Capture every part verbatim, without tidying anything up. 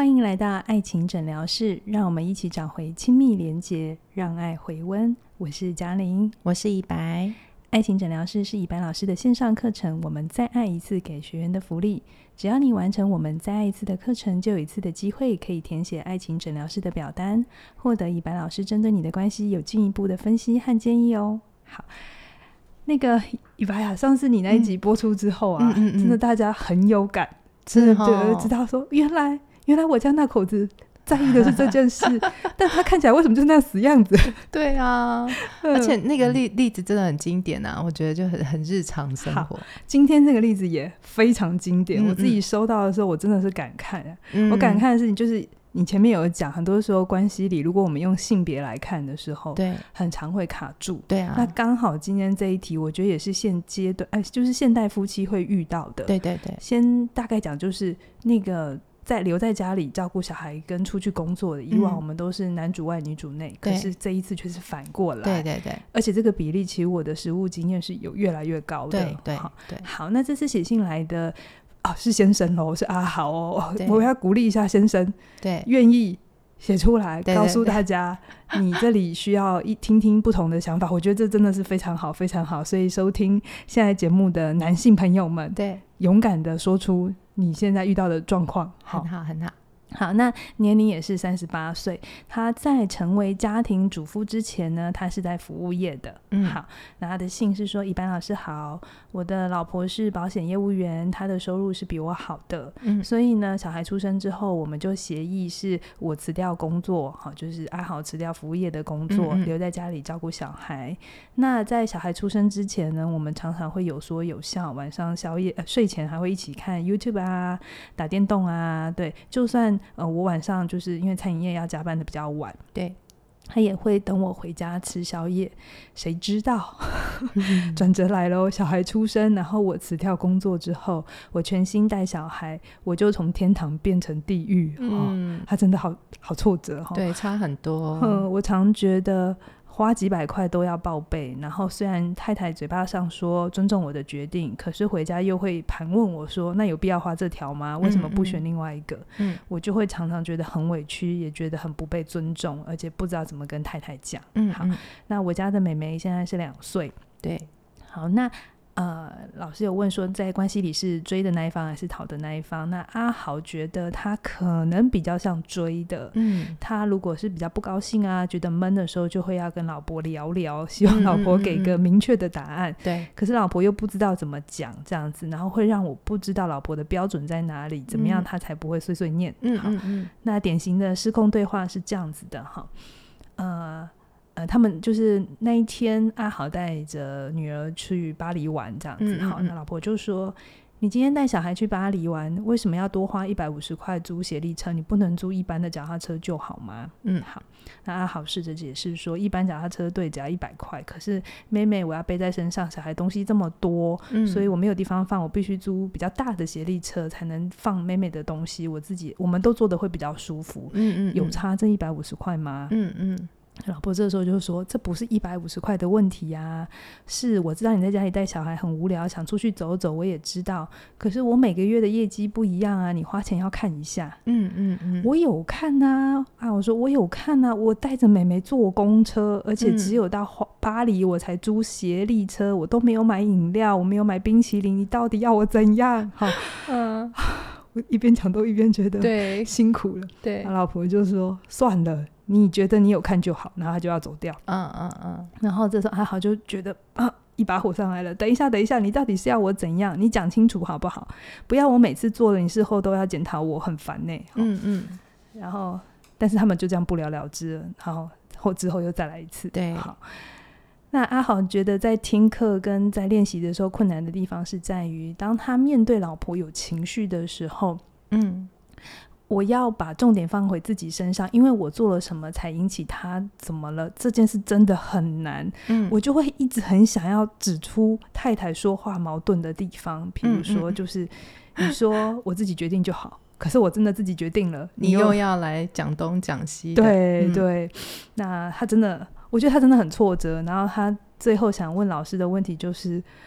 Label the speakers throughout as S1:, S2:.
S1: 欢迎来到爱情诊疗室，让我们一起找回亲密连结，让爱回温。我是嘉玲，
S2: 我是以白。
S1: 爱情诊疗室是以白老师的线上课程，我们再爱一次给学员的福利。只要你完成我们再爱一次的课程，就有一次的机会可以填写爱情诊疗室的表单，获得以白老师针对你的关系有进一步的分析和建议哦。好，那个以白啊，上次你那一集播出之后啊，嗯嗯嗯真的大家很有感，真的就知道说原来原来我家那口子在意的是这件事但他看起来为什么就是那死样子
S2: 对啊、嗯、而且那个 例, 例子真的很经典啊，我觉得就 很, 很日常生活。
S1: 今天这个例子也非常经典、嗯、我自己收到的时候我真的是感慨、啊嗯、我感慨的事情就是你前面有讲，很多时候关系里如果我们用性别来看的时候，对，很常会卡住。对啊，那刚好今天这一题我觉得也是现阶段、哎、就是现代夫妻会遇到的。对对对，先大概讲就是那个在留在家里照顾小孩跟出去工作的，以往我们都是男主外女主内、嗯、可是这一次却是反过来。对对对，而且这个比例其实我的实务经验是有越来越高的。对对对，好，那这次写信来的哦，是先生哦，是阿豪哦，我要鼓励一下先生，对，愿意写出来告诉大家你这里需要一听听不同的想法，我觉得这真的是非常好非常好。所以收听现在节目的男性朋友们，对，勇敢的说出你现在遇到的状况，很好很好。好，那年龄也是三十八岁，他在成为家庭主妇之前呢，他是在服务业的。嗯，好，那他的信是说，以白老师好，我的老婆是保险业务员，她的收入是比我好的。嗯，所以呢，小孩出生之后，我们就协议是我辞掉工作，好，就是阿豪辞掉服务业的工作，嗯嗯留在家里照顾小孩。那在小孩出生之前呢，我们常常会有说有笑，晚上宵夜、呃、睡前还会一起看 YouTube 啊，打电动啊，对，就算呃，我晚上就是因为餐饮业要加班的比较晚，对，他也会等我回家吃宵夜。谁知道转折来了，小孩出生，然后我辞掉工作之后，我全心带小孩，我就从天堂变成地狱。嗯，哦、他真的好好挫折、哦、对，差很多、嗯、我常觉得花几百块都要报备，然后虽然太太嘴巴上说尊重我的决定，可是回家又会盘问我说那有必要花这条吗？为什么不选另外一个？嗯，我就会常常觉得很委屈，也觉得很不被尊重，而且不知道怎么跟太太讲。嗯，好，那我家的妹妹现在是两岁。对，好，那呃，老师有问说在关系里是追的那一方还是讨的那一方，那阿豪觉得他可能比较像追的。嗯，他如果是比较不高兴啊觉得闷的时候，就会要跟老婆聊聊，希望老婆给个明确的答案。对、嗯嗯嗯，可是老婆又不知道怎么讲这样子，然后会让我不知道老婆的标准在哪里，怎么样他才不会碎碎念。嗯嗯嗯，那典型的失控对话是这样子的哈，呃呃，他们就是那一天阿豪带着女儿去巴黎玩这样子。嗯嗯嗯，好，那老婆就说你今天带小孩去巴黎玩，为什么要多花一百五十块租协力车？你不能租一般的脚踏车就好吗？嗯，好，那阿豪试着解释说一般脚踏车对只要一百块，可是妹妹我要背在身上，小孩东西这么多、嗯、所以我没有地方放，我必须租比较大的协力车才能放妹妹的东西，我自己我们都坐得会比较舒服。嗯嗯嗯，有差这一百五十块吗？嗯嗯，老婆这个时候就说这不是一百五十块的问题啊，是我知道你在家里带小孩很无聊，想出去走走，我也知道，可是我每个月的业绩不一样啊，你花钱要看一下。嗯嗯嗯，我有看啊啊，我说我有看啊，我带着妹妹坐公车，而且只有到巴黎我才租协力车，我都没有买饮料，我没有买冰淇淋，你到底要我怎样？好，嗯，我一边讲都一边觉得对辛苦了。对，老婆就说算了，你觉得你有看就好，然后他就要走掉。嗯嗯嗯，然后这时候阿豪就觉得啊，一把火上来了，等一下等一下，你到底是要我怎样？你讲清楚好不好？不要我每次做了你事后都要检讨我，很烦呢、欸。嗯嗯，然后但是他们就这样不了了之了，然后后之后又再来一次。对，好，那阿豪觉得在听课跟在练习的时候困难的地方是在于当他面对老婆有情绪的时候，嗯，我要把重点放回自己身上，因为我做了什么才引起他怎么了，这件事真的很难。嗯，我就会一直很想要指出太太说话矛盾的地方，比如说就是你说我自己决定就好，可是我真的自己决定了，
S2: 你 又, 你又要来讲东讲西的。
S1: 对、嗯、对，那他真的我觉得他真的很挫折，然后他最后想问老师的问题就是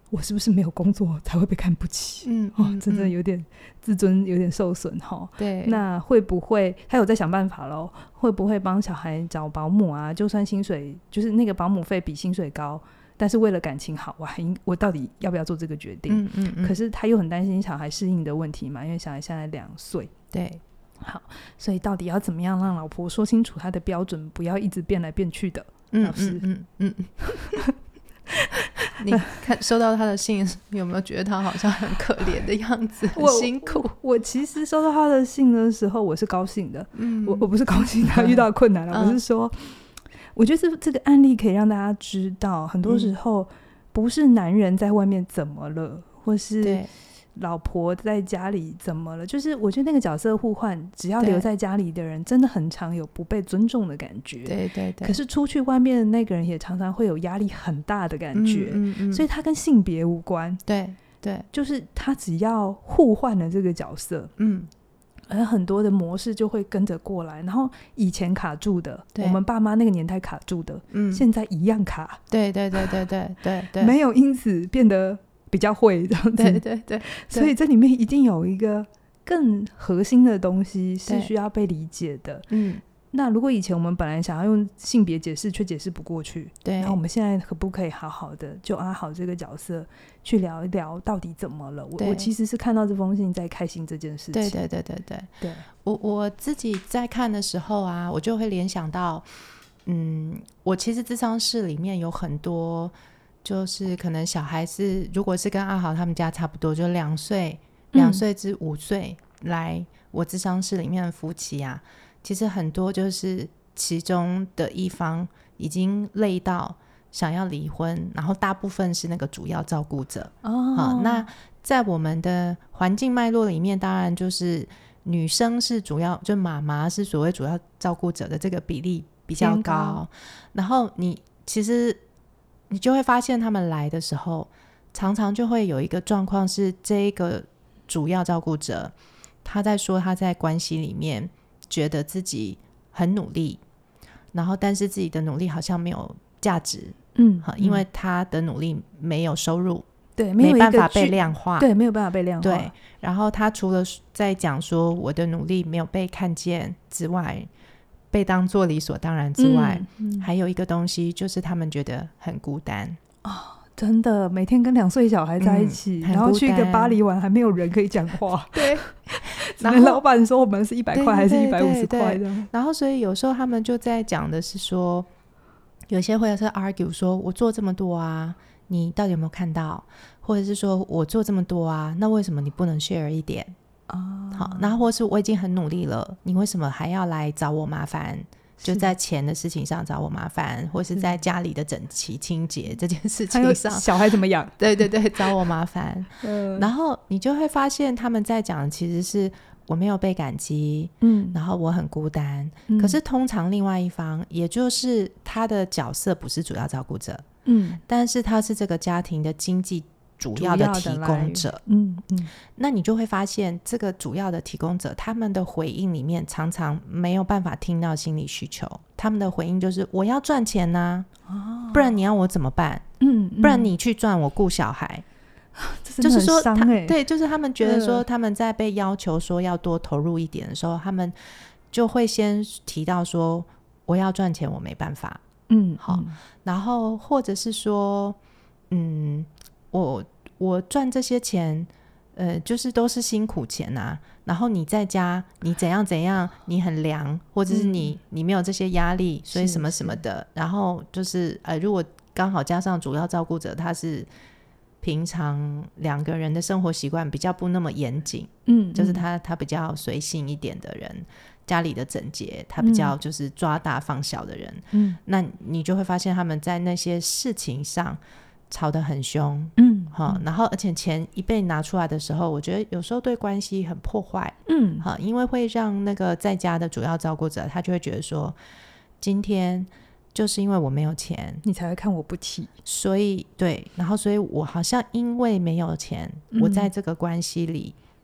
S1: 我是不是没有工作才会被看不起？嗯，哦，真的有点自尊有点受损哈。
S2: 对，
S1: 那会不会他有在想办法咯？会不会帮小孩找保姆啊？就算薪水就是那个保姆费比薪水高，但是为了感情好，我还我到底要不要做这个决定？嗯嗯嗯。可是他又很担心小孩适应的问题嘛，因为小孩现在两岁。
S2: 对，
S1: 好，所以到底要怎么样让老婆说清楚他的标准，不要一直变来变去的？嗯、老师，嗯嗯嗯。
S2: 你看收到他的信有没有觉得他好像很可怜的样子，很辛苦？
S1: 我, 我其实收到他的信的时候我是高兴的。嗯，我我不是高兴他遇到困难了、嗯、我是说我觉得 这, 这个案例可以让大家知道，很多时候不是男人在外面怎么了，或是老婆在家里怎么了，就是我觉得那个角色互换，只要留在家里的人真的很常有不被尊重的感觉。
S2: 对对对。
S1: 可是出去外面的那个人也常常会有压力很大的感觉。嗯嗯嗯。所以他跟性别无关。
S2: 对对。
S1: 就是他只要互换了这个角色，嗯，而很多的模式就会跟着过来，然后以前卡住的，我们爸妈那个年代卡住的，嗯，现在一样卡。
S2: 对对对对对对对。
S1: 没有因此变得比较会这样子。
S2: 对对 对, 对。
S1: 所以这里面一定有一个更核心的东西是需要被理解的。嗯，那如果以前我们本来想要用性别解释却解释不过去，对，那我们现在可不可以好好的就阿好这个角色去聊一聊到底怎么了？ 我, 我其实是看到这封信在开心这件事情。
S2: 对对对对对对。我我自己在看的时候啊，我就会联想到嗯，我其实咨商室里面有很多就是可能小孩子如果是跟阿豪他们家差不多，就两岁两岁至五岁来我咨商室里面的夫妻啊，其实很多就是其中的一方已经累到想要离婚，然后大部分是那个主要照顾者。哦，好，那在我们的环境脉络里面，当然就是女生是主要，就妈妈是所谓主要照顾者的这个比例比较高。高然后你其实你就会发现他们来的时候常常就会有一个状况是，这个主要照顾者他在说他在关系里面觉得自己很努力，然后但是自己的努力好像没有价值。嗯，因为他的努力没有收入，
S1: 对，
S2: 没有办法被量化。
S1: 对，没有办法被量化。
S2: 对，然后他除了在讲说我的努力没有被看见之外，被当作理所当然之外、嗯嗯、还有一个东西就是他们觉得很孤单。
S1: 哦，真的每天跟两岁小孩在一起、嗯、然后去一个巴黎玩还没有人可以讲话。对，然后老板说我们是一百块还是一百五十块的。
S2: 然后所以有时候他们就在讲的是说，有些会是 argue 说我做这么多啊，你到底有没有看到，或者是说我做这么多啊，那为什么你不能 share 一点、哦、好，那或是我已经很努力了，你为什么还要来找我麻烦，就在钱的事情上找我麻烦，或是在家里的整齐清洁这件事情上，
S1: 小孩怎么养，
S2: 对对对，找我麻烦、嗯、然后你就会发现他们在讲的其实是我没有被感激，嗯，然后我很孤单、嗯、可是通常另外一方也就是他的角色不是主要照顾者，嗯，但是他是这个家庭的经济主要的提供者。嗯嗯，那你就会发现这个主要的提供者他们的回应里面常常没有办法听到心理需求，他们的回应就是我要赚钱啊、哦、不然你要我怎么办？ 嗯, 嗯不然你去赚我顾小孩。
S1: 这真的很伤欸、
S2: 就是对，就是他们觉得说他们在被要求说要多投入一点的时候、嗯、他们就会先提到说我要赚钱我没办法。嗯，好，然后或者是说嗯我我赚这些钱呃就是都是辛苦钱啊，然后你在家你怎样怎样你很凉，或者是你、嗯、你没有这些压力所以什么什么的，然后就是呃如果刚好加上主要照顾者他是平常两个人的生活习惯比较不那么严谨，嗯，就是他他比较随性一点的人，家里的整洁他比较就是抓大放小的人，嗯，那你就会发现他们在那些事情上吵得很凶，嗯，好，然后而且钱一被拿出来的时候，我觉得有时候对关系很破坏，嗯，好，因为会让那个在家的主要照顾者他就会觉得说今天就是因为我没有钱
S1: 你才会看我不起，
S2: 所以对，然后所以我好像因为没有钱、嗯、我在这个关系里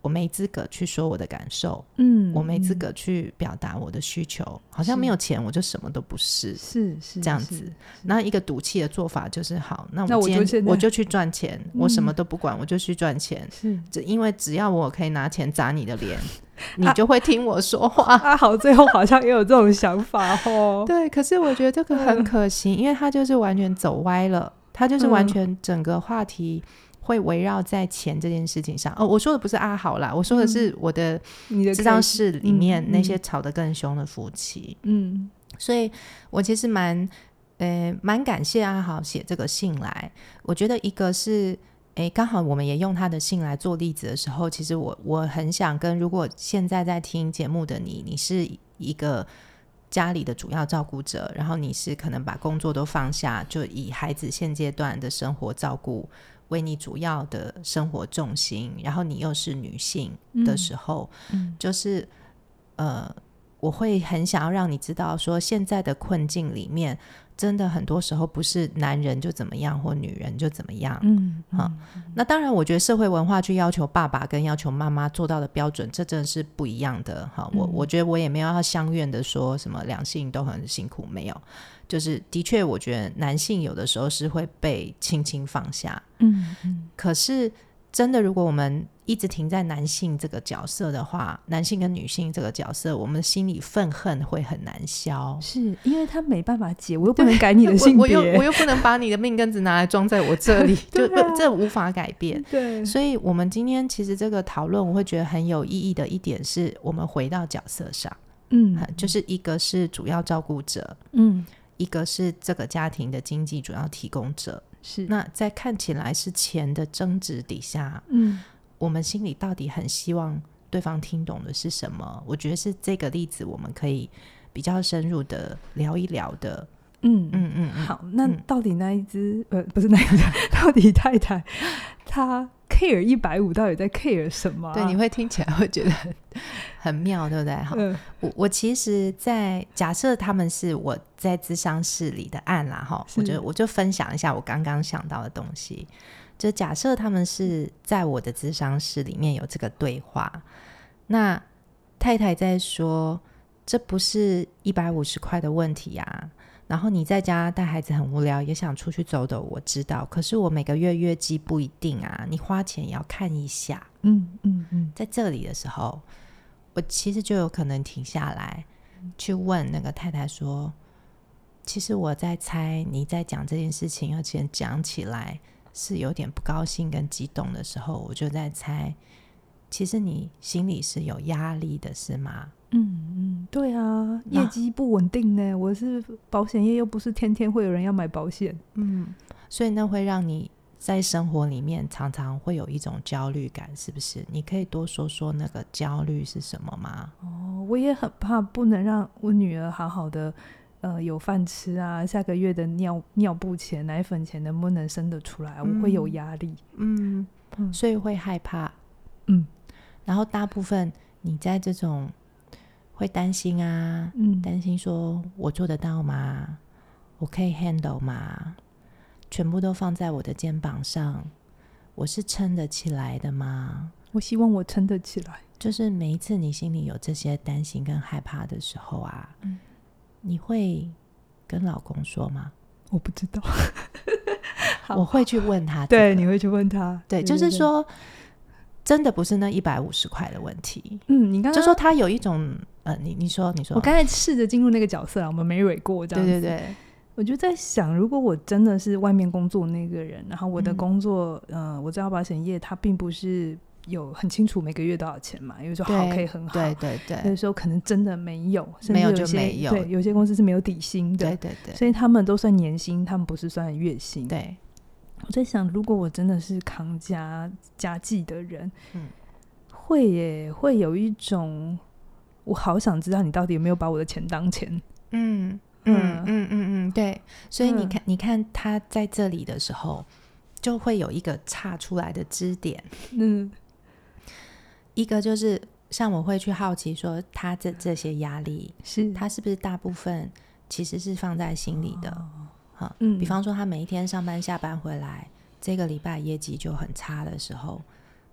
S2: 我没资格去说我的感受，嗯，我没资格去表达我的需求，好像没有钱我就什么都不是，
S1: 是是
S2: 这样子。那一个赌气的做法就是好，那
S1: 我
S2: 今天我就去赚钱，
S1: 嗯、
S2: 我什么都不管，我就去赚钱，是因为只要我可以拿钱砸你的脸你就会听我说话。
S1: 阿豪最后好像也有这种想法哦。
S2: 对，可是我觉得这个很可惜、嗯、因为他就是完全走歪了，他就是完全整个话题会围绕在钱这件事情上。哦，我说的不是阿豪啦，我说的是我的咨商室里面那些吵得更凶的夫妻。嗯，所以我其实蛮呃蛮感谢阿豪写这个信来。我觉得一个是诶，刚好我们也用他的信来做例子的时候，其实我我很想跟如果现在在听节目的你，你是一个家里的主要照顾者，然后你是可能把工作都放下，就以孩子现阶段的生活照顾为你主要的生活重心，然后你又是女性的时候、嗯、就是呃，我会很想要让你知道说现在的困境里面真的很多时候不是男人就怎么样或女人就怎么样。嗯，嗯那当然我觉得社会文化去要求爸爸跟要求妈妈做到的标准，这真的是不一样的。嗯、我我觉得我也没有要相怨的说什么两性都很辛苦，没有，就是的确我觉得男性有的时候是会被轻轻放下。嗯嗯，可是真的如果我们一直停在男性这个角色的话，男性跟女性这个角色，我们的心里愤恨会很难消。
S1: 是因为他没办法解，我又不能改你的性别，
S2: 我, 我, 又我又不能把你的命根子拿来装在我这里就、啊、这无法改变。对，所以我们今天其实这个讨论我会觉得很有意义的一点是我们回到角色上。嗯，就是一个是主要照顾者，嗯，一个是这个家庭的经济主要提供者。是，那在看起来是钱的争执底下，嗯，我们心里到底很希望对方听懂的是什么？我觉得是这个例子我们可以比较深入的聊一聊的。
S1: 嗯嗯嗯，好，那到底那一只、嗯、呃不是那一只到底太太她 care 一百五到底在 care 什么、啊、
S2: 对，你会听起来会觉得 很, 很妙对不对？好、嗯、我, 我其实在假设他们是我在咨商室里的案啦，我就我就分享一下我刚刚想到的东西。就假设他们是在我的咨商室里面有这个对话，那太太在说这不是一百五十块的问题啊，然后你在家带孩子很无聊也想出去走走，我知道，可是我每个月月季不一定啊，你花钱也要看一下。嗯嗯嗯，在这里的时候我其实就有可能停下来去问那个太太说，其实我在猜你在讲这件事情而且讲起来是有点不高兴跟激动的时候，我就在猜其实你心里是有压力的是吗？
S1: 嗯嗯，对啊，业绩不稳定呢，我是保险业又不是天天会有人要买保险。嗯，
S2: 所以那会让你在生活里面常常会有一种焦虑感，是不是？你可以多说说那个焦虑是什么吗？
S1: 哦，我也很怕不能让我女儿好好的呃有饭吃啊，下个月的尿尿布钱奶粉钱能不能生得出来、嗯、我会有压力。 嗯,
S2: 嗯所以会害怕。嗯，然后大部分你在这种会担心啊，嗯，担心说我做得到吗？我可以 handle 吗？全部都放在我的肩膀上，我是撑得起来的吗？
S1: 我希望我撑得起来。
S2: 就是每一次你心里有这些担心跟害怕的时候啊、嗯、你会跟老公说吗？
S1: 我不知道
S2: 我会去问他、
S1: 这个、对，你会去问他。
S2: 对, 对, 对, 对，就是说真的不是那一百五十块的问题。
S1: 嗯，你刚刚
S2: 就说他有一种呃，你你说你说，
S1: 我刚才试着进入那个角色啦，我们没蕊过这样子。对对对，我就在想，如果我真的是外面工作那个人，然后我的工作，嗯、呃，我知道保险业它并不是有很清楚每个月多少钱嘛，有时候好可以很好，对对对，有时候可能真的没有，甚至有些没有就没有，对，有些公司是没有底薪的，对对对，所以他们都算年薪，他们不是算月薪。对，我在想，如果我真的是扛家家计的人，嗯，会耶，会有一种我好想知道你到底有没有把我的钱当钱。嗯
S2: 嗯嗯嗯嗯，对，所以你看、嗯、你看他在这里的时候就会有一个岔出来的支点。嗯，一个就是像我会去好奇说他这这些压力是他是不是大部分其实是放在心里的、哦嗯、比方说他每一天上班下班回来这个礼拜业绩就很差的时候，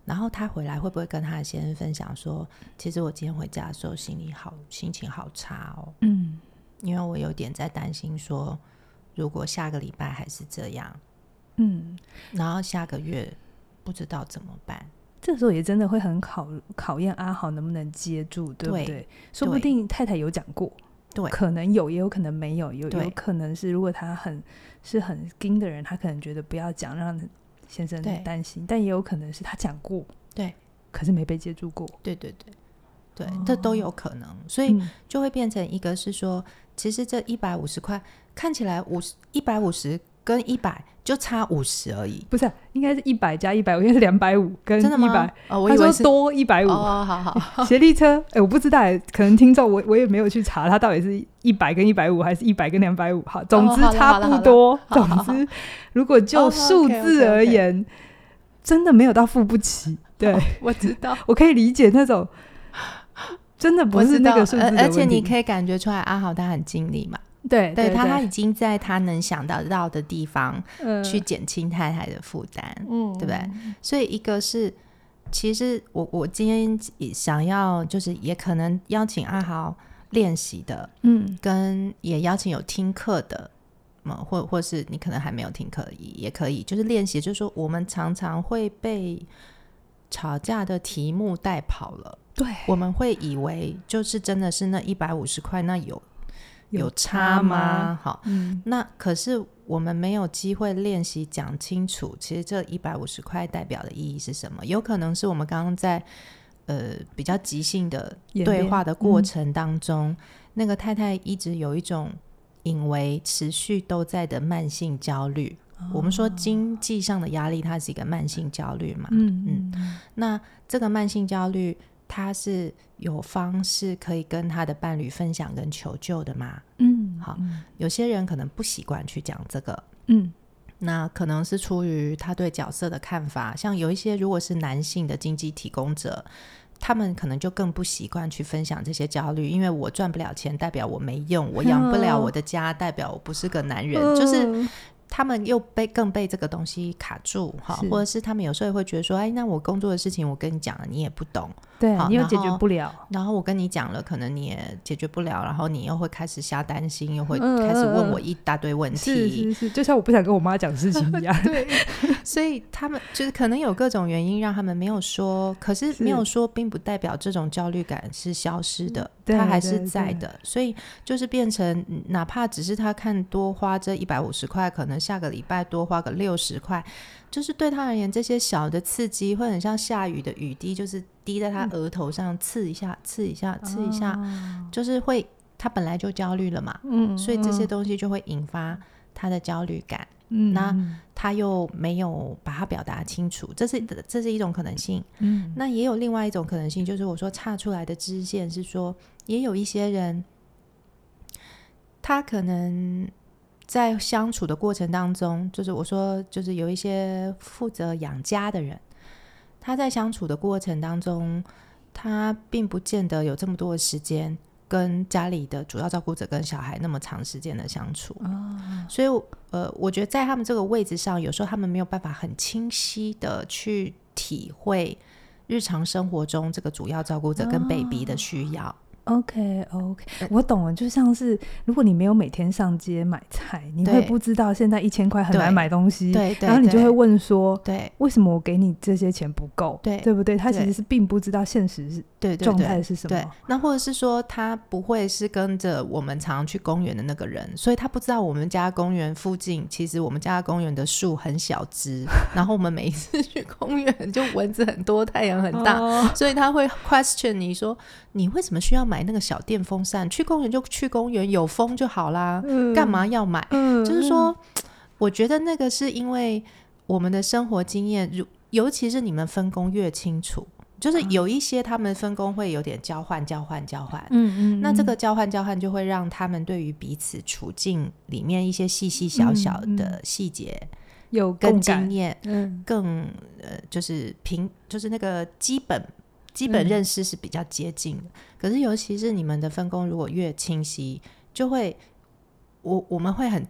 S2: 然后他回来会不会跟他的先生分享说，其实我今天回家的时候心里好心情好差哦，嗯，因为我有点在担心说如果下个礼拜还是这样，嗯，然后下个月不知道怎么办。
S1: 这时候也真的会很考考验阿豪能不能接住，对不 对, 对说不定太太有讲过，对，可能有也有可能没有，有有可能是如果他很是很硬的人，他可能觉得不要讲让先生担心，但也有可能是他讲过，对，可是没被接住过，
S2: 对对对对、哦、这都有可能，所以就会变成一个是说、嗯、其实这一百五十块看起来一百五十跟一百就差五十而已，
S1: 不是、啊、应该是一百加一百五，应该是两百五跟一百。
S2: 真的吗？哦、我以为是
S1: 他说多一百五。
S2: 哦，好好。
S1: 协力车，哎、欸，我不知道，可能听众我我也没有去查，他到底是一百跟一百五，还是一百跟两百五？好，总之差不多。哦、总之，如果就数字而言，哦、okay, okay, okay. 真的没有到付不起。对，哦、
S2: 我知道，
S1: 我可以理解那种，真的不是那个数字的问题。
S2: 而且你可以感觉出来，阿豪他很尽力嘛。
S1: 对
S2: 对，他他已经在他能想到到的地方去减轻太太的负担，嗯，对不对？所以一个是，其实我我今天想要就是也可能邀请阿豪练习的，嗯，跟也邀请有听课的，嗯，或或是你可能还没有听课也可以，就是练习，就是说我们常常会被吵架的题目带跑了，对，我们会以为就是真的是那一百五十块，那有。有差吗？好、嗯，那可是我们没有机会练习讲清楚，其实这一百五十块代表的意义是什么？有可能是我们刚刚在呃比较即兴的对话的过程当中，嗯、那个太太一直有一种以为持续都在的慢性焦虑。哦、我们说经济上的压力，它是一个慢性焦虑嘛？嗯嗯，那这个慢性焦虑。他是有方式可以跟他的伴侣分享跟求救的吗？嗯，好，有些人可能不习惯去讲这个，嗯，那可能是出于他对角色的看法，像有一些如果是男性的经济提供者，他们可能就更不习惯去分享这些焦虑，因为我赚不了钱代表我没用，我养不了我的家代表我不是个男人，就是他们又被更被这个东西卡住，或者是他们有时候也会觉得说，哎，那我工作的事情我跟你讲了你也不懂，
S1: 对，你又解决不了，
S2: 然后我跟你讲了可能你也解决不了，然后你又会开始瞎担心，又会开始问我一大堆问题，
S1: 是是是，就像我不想跟我妈讲事情一样
S2: 对，所以他们就是可能有各种原因让他们没有说，可是没有说并不代表这种焦虑感是消失的，它还是在的，所以就是变成哪怕只是他看多花这一百五十块，可能下个礼拜多花个六十块，就是对他而言这些小的刺激会很像下雨的雨滴，就是滴在他额头上刺一下刺一下刺一下、哦、就是会他本来就焦虑了嘛，嗯，所以这些东西就会引发他的焦虑感，嗯，那他又没有把它表达清楚，这是这是一种可能性，嗯，那也有另外一种可能性，就是我说岔出来的支线是说，也有一些人他可能在相处的过程当中，就是我说就是有一些负责养家的人，他在相处的过程当中他并不见得有这么多的时间跟家里的主要照顾者跟小孩那么长时间的相处、哦、所以呃，我觉得在他们这个位置上有时候他们没有办法很清晰的去体会日常生活中这个主要照顾者跟 baby 的需要、哦
S1: OK OK， 我懂了，就像是如果你没有每天上街买菜，你会不知道现在一千块很难买东西，对对，然后你就会问说，对，为什么我给你这些钱不够？对，对不对？他其实是并不知道现实是对状态是什么。对，
S2: 那或者是说他不会是跟着我们常常去公园的那个人，所以他不知道我们家公园附近其实我们家公园的树很小只，然后我们每一次去公园就蚊子很多，太阳很大，哦、所以他会 question 你说你为什么需要买那个小电风扇？去公园就去公园，有风就好啦，嗯、干嘛要买？嗯、就是说，我觉得那个是因为我们的生活经验，尤其是你们分工越清楚，就是有一些他们分工会有点交换、交换、交换。嗯嗯。那这个交换、交换就会让他们对于彼此处境里面一些细细小小的细节。嗯嗯有更经验，嗯，更呃，就是平，就是那个基本基本认识是比较接近的。嗯、可是尤其是你们的分工如果越清晰，就会我我们会很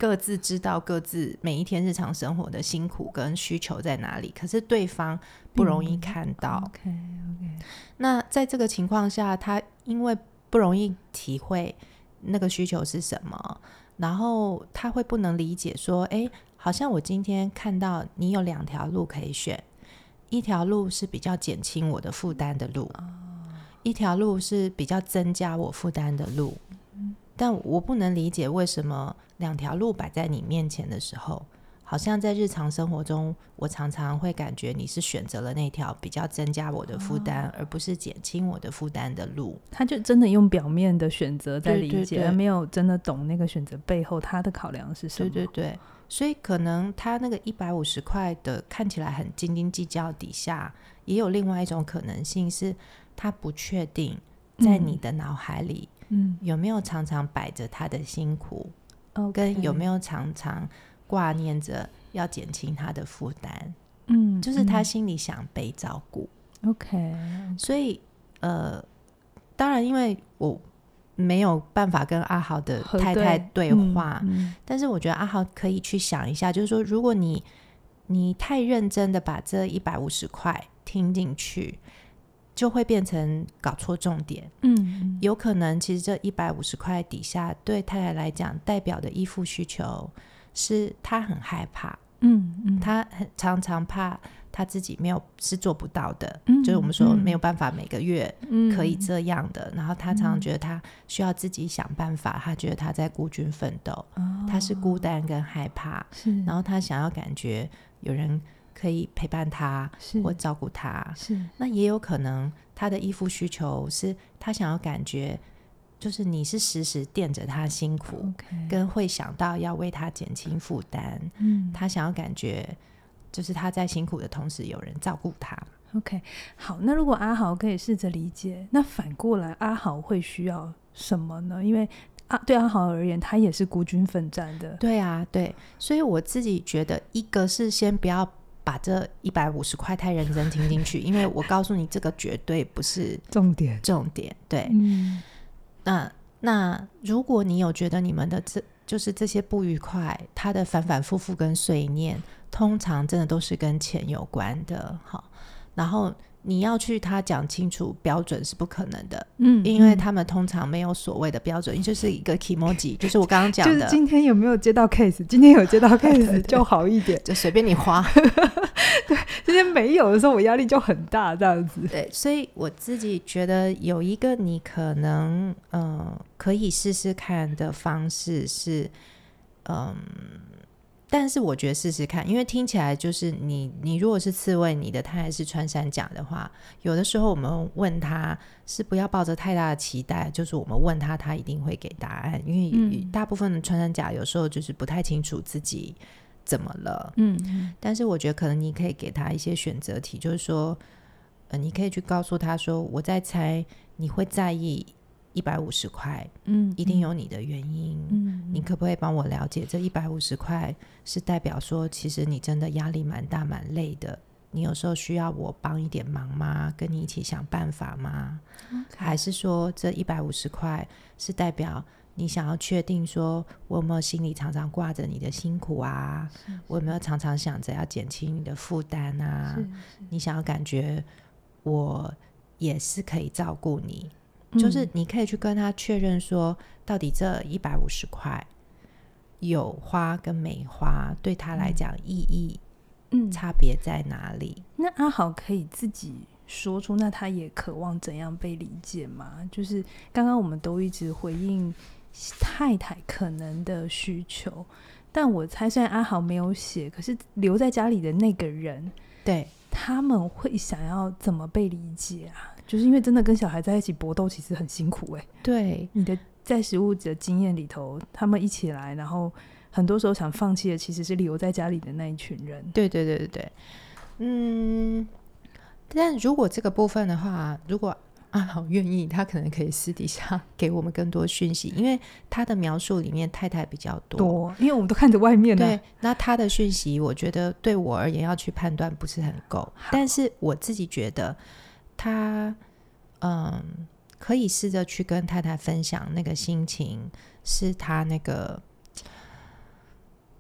S2: 各自知道各自每一天日常生活的辛苦跟需求在哪里，可是对方不容易看到、
S1: 嗯、okay, okay.
S2: 那在这个情况下，他因为不容易体会那个需求是什么，然后他会不能理解说，哎，好像我今天看到你有两条路可以选，一条路是比较减轻我的负担的路、哦、一条路是比较增加我负担的路、嗯、但我不能理解为什么两条路摆在你面前的时候，好像在日常生活中我常常会感觉你是选择了那条比较增加我的负担、哦、而不是减轻我的负担的路。
S1: 他就真的用表面的选择在理解，
S2: 对对对，
S1: 而没有真的懂那个选择背后他的考量是什么。
S2: 对对对，所以可能他那个一百五十块的看起来很斤斤计较底下，也有另外一种可能性是他不确定在你的脑海里、嗯、有没有常常摆着他的辛苦、嗯、跟有没有常常挂念着要减轻他的负担，嗯，就是他心里想被照顾。
S1: OK, okay.
S2: 所以呃，当然因为我没有办法跟阿豪的太太对话、嗯嗯、但是我觉得阿豪可以去想一下，就是说如果你你太认真的把这一百五十块听进去，就会变成搞错重点。嗯，有可能其实这一百五十块底下对太太来讲代表的依附需求是她很害怕，嗯嗯，她很常常怕她自己没有是做不到的、嗯、就是我们说没有办法每个月可以这样的、嗯、然后她常常觉得她需要自己想办法，她觉得她在孤军奋斗、哦、她是孤单跟害怕，是，然后她想要感觉有人可以陪伴她或照顾她，是，那也有可能她的依附需求是她想要感觉就是你是时时垫着他辛苦、okay. 跟会想到要为他减轻负担、嗯、他想要感觉就是他在辛苦的同时有人照顾他。
S1: OK, 好，那如果阿豪可以试着理解，那反过来阿豪会需要什么呢？因为啊，对阿豪而言他也是孤军奋战的。
S2: 对啊，对，所以我自己觉得一个是先不要把这一百五十块太认真听进去因为我告诉你这个绝对不是
S1: 重点
S2: 重点，对，嗯，那那如果你有觉得你们的这就是这些不愉快，它的反反复复跟碎念通常真的都是跟钱有关的，好，然后你要去他讲清楚标准是不可能的，嗯，因为他们通常没有所谓的标准，就是一个 kimoji 就是我刚刚讲的
S1: 就是今天有没有接到 case， 今天有接到 case 就好一点
S2: 就随便你花
S1: 对，今天没有的时候我压力就很大这样子。
S2: 对，所以我自己觉得有一个你可能呃可以试试看的方式是嗯，但是我觉得试试看，因为听起来就是你你如果是刺猬，你的太太是穿山甲的话，有的时候我们问他是不要抱着太大的期待，就是我们问他他一定会给答案，因为大部分的穿山甲有时候就是不太清楚自己怎么了，嗯，但是我觉得可能你可以给他一些选择题，就是说呃，你可以去告诉他说我在猜你会在意一百五十块，嗯，一定有你的原因，嗯，你可不可以帮我了解这一百五十块是代表说其实你真的压力蛮大蛮累的，你有时候需要我帮一点忙吗？跟你一起想办法吗？ Okay. 还是说这一百五十块是代表你想要确定说我有没有心里常常挂着你的辛苦啊，是是，我有没有常常想着要减轻你的负担啊，是是，你想要感觉我也是可以照顾你，就是你可以去跟他确认说到底这一百五十块有花跟没花对他来讲意义差别在哪里、嗯、
S1: 那阿豪可以自己说出那他也渴望怎样被理解吗？就是刚刚我们都一直回应太太可能的需求，但我猜虽然阿豪没有写，可是留在家里的那个人，
S2: 对，
S1: 他们会想要怎么被理解啊？就是因为真的跟小孩在一起搏斗其实很辛苦欸。
S2: 对，
S1: 你的在实务的经验里头，他们一起来，然后很多时候想放弃的其实是留在家里的那一群人。
S2: 对对对对对，嗯，但如果这个部分的话，如果阿豪愿意，他可能可以私底下给我们更多讯息，因为他的描述里面太太比较多，
S1: 多，因为我们都看着外面了。
S2: 对，那他的讯息我觉得对我而言要去判断不是很够，但是我自己觉得他嗯可以试着去跟太太分享那个心情，是他那个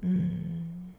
S2: 嗯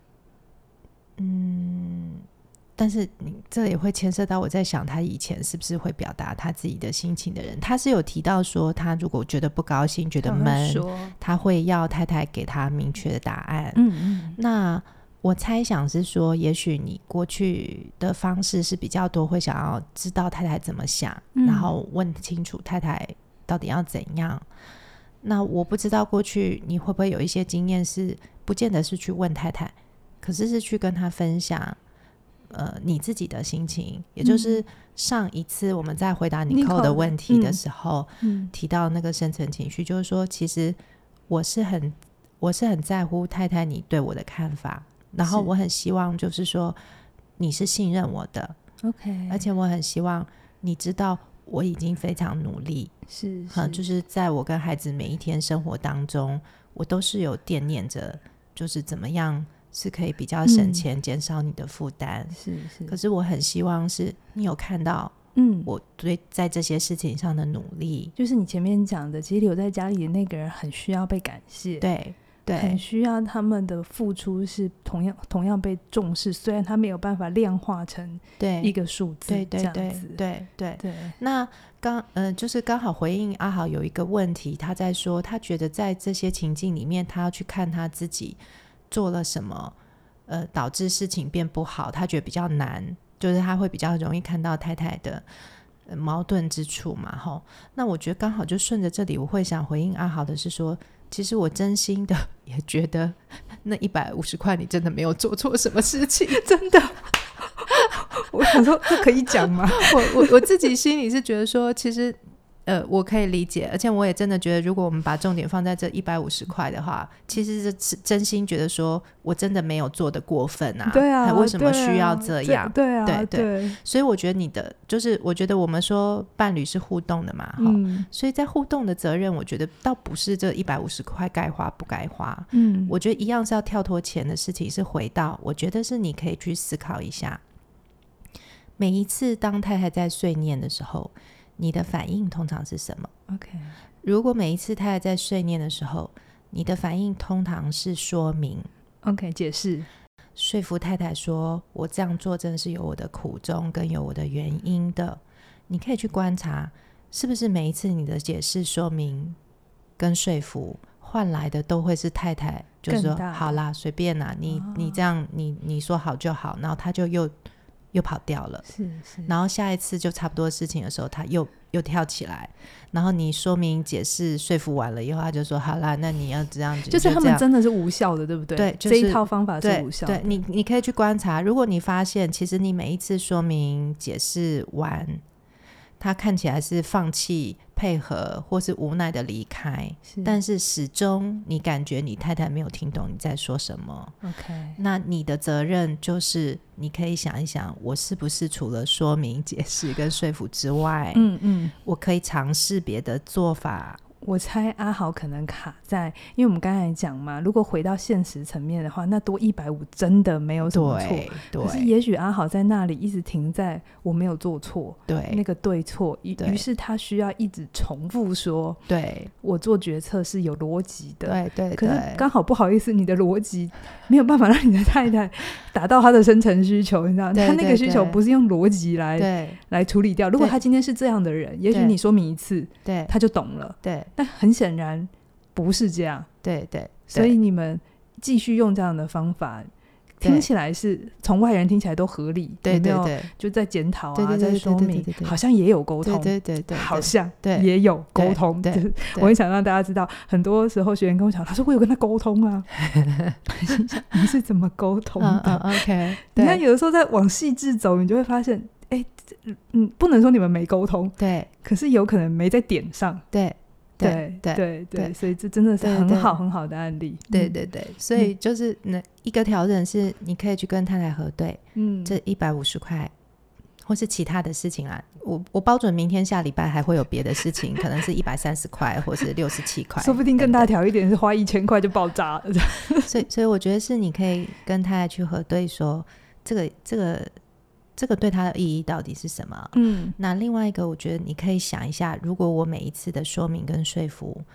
S2: 嗯，但是你这也会牵涉到我在想他以前是不是会表达他自己的心情的人。他是有提到说他如果觉得不高兴觉得闷，他会要太太给他明确的答案。嗯嗯，那我猜想是说也许你过去的方式是比较多会想要知道太太怎么想、嗯、然后问清楚太太到底要怎样。那我不知道过去你会不会有一些经验是不见得是去问太太，可是是去跟他分享呃你自己的心情。也就是上一次我们在回答尼寇的问题的时候、嗯嗯、提到那个深层情绪，就是说其实我是很我是很在乎太太你对我的看法，然后我很希望就是说你是信任我的
S1: OK，
S2: 而且我很希望你知道我已经非常努力，
S1: 是是、
S2: 嗯、就是在我跟孩子每一天生活当中我都是有惦念着就是怎么样是可以比较省钱减、嗯、少你的负担，
S1: 是是，
S2: 可是我很希望是你有看到嗯，我对在这些事情上的努力，
S1: 就是你前面讲的其实留在家里的那个人很需要被感谢，
S2: 对对，
S1: 很需要他们的付出是同样同样被重视，虽然他没有办法量化成一个数字，
S2: 对对对对对对对。那刚呃，就是刚好回应阿豪有一个问题，他在说他觉得在这些情境里面，他要去看他自己做了什么，呃，导致事情变不好，他觉得比较难，就是他会比较容易看到太太的矛盾之处嘛，吼。那我觉得刚好就顺着这里，我会想回应阿豪的是说，其实我真心的也觉得那一百五十块你真的没有做错什么事情，真的。
S1: 我想说这可以讲吗？
S2: 我我我自己心里是觉得说，其实呃，我可以理解，而且我也真的觉得，如果我们把重点放在这一百五十块的话，其实是真心觉得说我真的没有做的过分啊，
S1: 对啊，
S2: 为什么需要这样？
S1: 对啊，
S2: 对
S1: 对,
S2: 对, 对，所以我觉得你的就是我觉得我们说伴侣是互动的嘛，嗯，所以在互动的责任，我觉得倒不是这一百五十块该花不该花，嗯，我觉得一样是要跳脱钱的事情，是回到我觉得是你可以去思考一下，每一次当太太在碎念的时候，你的反应通常是什么
S1: ？OK，
S2: 如果每一次太太在碎念的时候，你的反应通常是说明
S1: OK， 解释，
S2: 说服太太说我这样做真的是有我的苦衷跟有我的原因的。你可以去观察是不是每一次你的解释说明跟说服换来的都会是太太就是说好啦随便啦，你、哦、你这样你你说好就好，然后他就又又跑掉了，
S1: 是是，
S2: 然后下一次就差不多事情的时候他又又跳起来，然后你说明解释说服完了以后他就说好啦那你要这样，
S1: 就是他们真的是无效的对不对？
S2: 对、就是、
S1: 这一套方法是无效的。
S2: 对, 对你你可以去观察，如果你发现其实你每一次说明解释完他看起来是放弃配合或是无奈的离开，是但是始终你感觉你太太没有听懂你在说什么
S1: OK，
S2: 那你的责任就是你可以想一想，我是不是除了说明解释跟说服之外嗯嗯，我可以尝试别的做法。
S1: 我猜阿豪可能卡在，因为我们刚才讲嘛，如果回到现实层面的话，那多一百五真的没有什么错，可是也许阿豪在那里一直停在我没有做错，对那个对错，于是他需要一直重复说，对我做决策是有逻辑的，
S2: 对对对，
S1: 可是刚好不好意思，你的逻辑没有办法让你的太太达到她的深层需求，你知道，他那个需求不是用逻辑来对来处理掉。如果他今天是这样的人，也许你说明一次，对他就懂了，对。但很显然不是这样，
S2: 对 对, 对，
S1: 所以你们继续用这样的方法，听起来是从外人听起来都合理，对对对，就在检讨啊，对对对对对对对对对对对，在说明，好像也有沟通，对对 对, 对, 对，好像也有沟通。对对对对，我很想让大家知道，很多时候学员跟我讲，他说我有跟他沟通啊，你是怎么沟通的？
S2: 嗯嗯 OK，
S1: 你看有的时候在往细致走，你就会发现，哎，嗯，不能说你们没沟通，对，可是有可能没在点上，对。对对 对, 对，所以这真的是很好很好的案例。
S2: 对对对，嗯、所以就是那一个调整是，你可以去跟太太核对，嗯，这一百五十块，或是其他的事情啊。我我包准明天下礼拜还会有别的事情，可能是一百三十块，或是六十七块，
S1: 说不定更大条一点是花一千块就爆炸了。
S2: 所以所以我觉得是你可以跟太太去核对说，这个这个。这个对他的意义到底是什么？嗯，那另外一个我觉得你可以想一下，如果我每一次的说明跟说服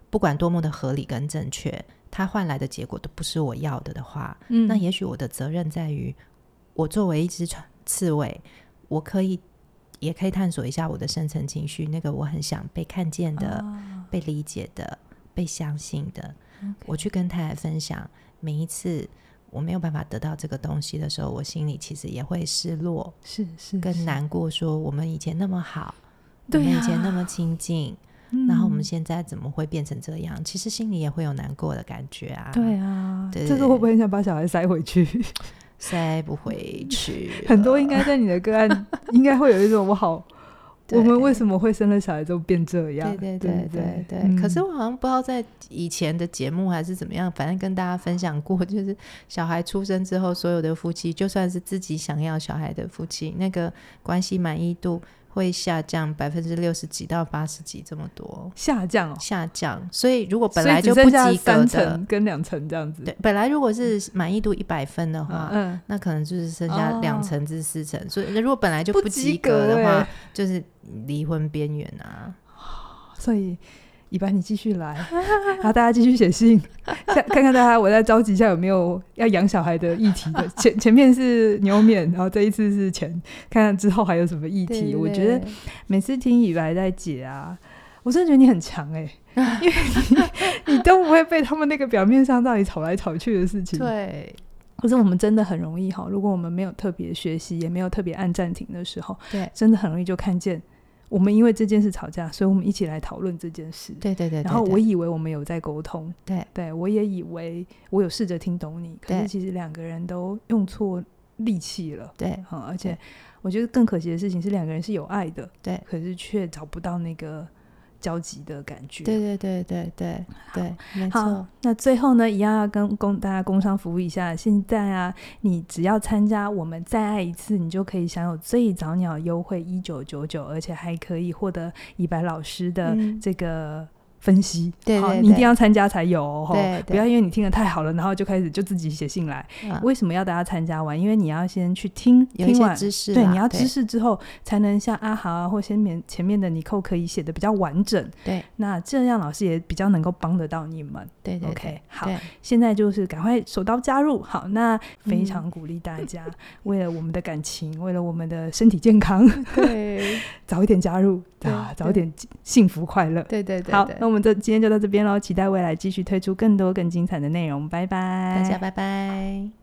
S2: 不管多么的合理跟正确，它换来的结果都不是我要的的话、嗯、那也许我的责任在于，我作为一只刺猬，我可以也可以探索一下我的深层情绪，那个我很想被看见的、哦、被理解的，被相信的、okay. 我去跟太太分享，每一次我没有办法得到这个东西的时候，我心里其实也会失落，
S1: 是是
S2: 更难过，说我们以前那么好，对、啊、我们以前那么亲近、嗯、然后我们现在怎么会变成这样，其实心里也会有难过的感觉啊。
S1: 对啊，对，这个会不会很想把小孩塞回去？
S2: 塞不回去
S1: 很多应该在你的个案应该会有一种我好我们为什么会生了小孩之后变这样，
S2: 对对对对 对, 对、嗯、可是我好像不知道在以前的节目还是怎么样，反正跟大家分享过，就是小孩出生之后，所有的夫妻就算是自己想要小孩的夫妻，那个关系满意度会下降百分之六十几到八十几，这么多
S1: 下降哦，
S2: 下降。所以如果本来就不及格的，
S1: 三层跟两层这样子，
S2: 对，本来如果是满意度一百分的话、嗯、那可能就是剩下两层至四层、哦、所以如果本来就不及格的话，就是离婚边缘啊。
S1: 所以以白你继续来然后大家继续写信看看大家，我再召集一下有没有要养小孩的议题的前前面是牛免，然后这一次是钱，看看之后还有什么议题。对对，我觉得每次听以白在解啊，我真的觉得你很强哎、欸，因为你你都不会被他们那个表面上到底吵来吵去的事情。
S2: 对，
S1: 可是我们真的很容易哈，如果我们没有特别学习，也没有特别按暂停的时候，对，真的很容易就看见我们因为这件事吵架，所以我们一起来讨论这件事。对对 对, 对, 对，然后我以为我们有在沟通，对对，我也以为我有试着听懂你，可是其实两个人都用错力气了。对、嗯、而且我觉得更可惜的事情是两个人是有爱的，对，可是却找不到那个交集的感觉。对对对对对对，没错。那最后呢，一样要跟供大家工商服务一下，现在啊，你只要参加我们再爱一次，你就可以享有最早鸟优惠一九九九，而且还可以获得以白老师的这个、嗯分析。对对对，你一定要参加才有哦，对对，不要因为你听得太好了然后就开始就自己写信来、嗯、为什么要大家参加完？因为你要先去听，听完有一些知识，对，你要知识之后才能像阿豪啊或前面前面的尼寇可以写的比较完整，对，那这样老师也比较能够帮得到你们。对对对 OK 好，现在就是赶快手刀加入。好，那非常鼓励大家、嗯、为了我们的感情，为了我们的身体健康，对早一点加入啊，早一点幸福快乐。对对 对, 对，好，那我们这今天就到这边咯，期待未来继续推出更多更精彩的内容，拜拜，大家拜拜。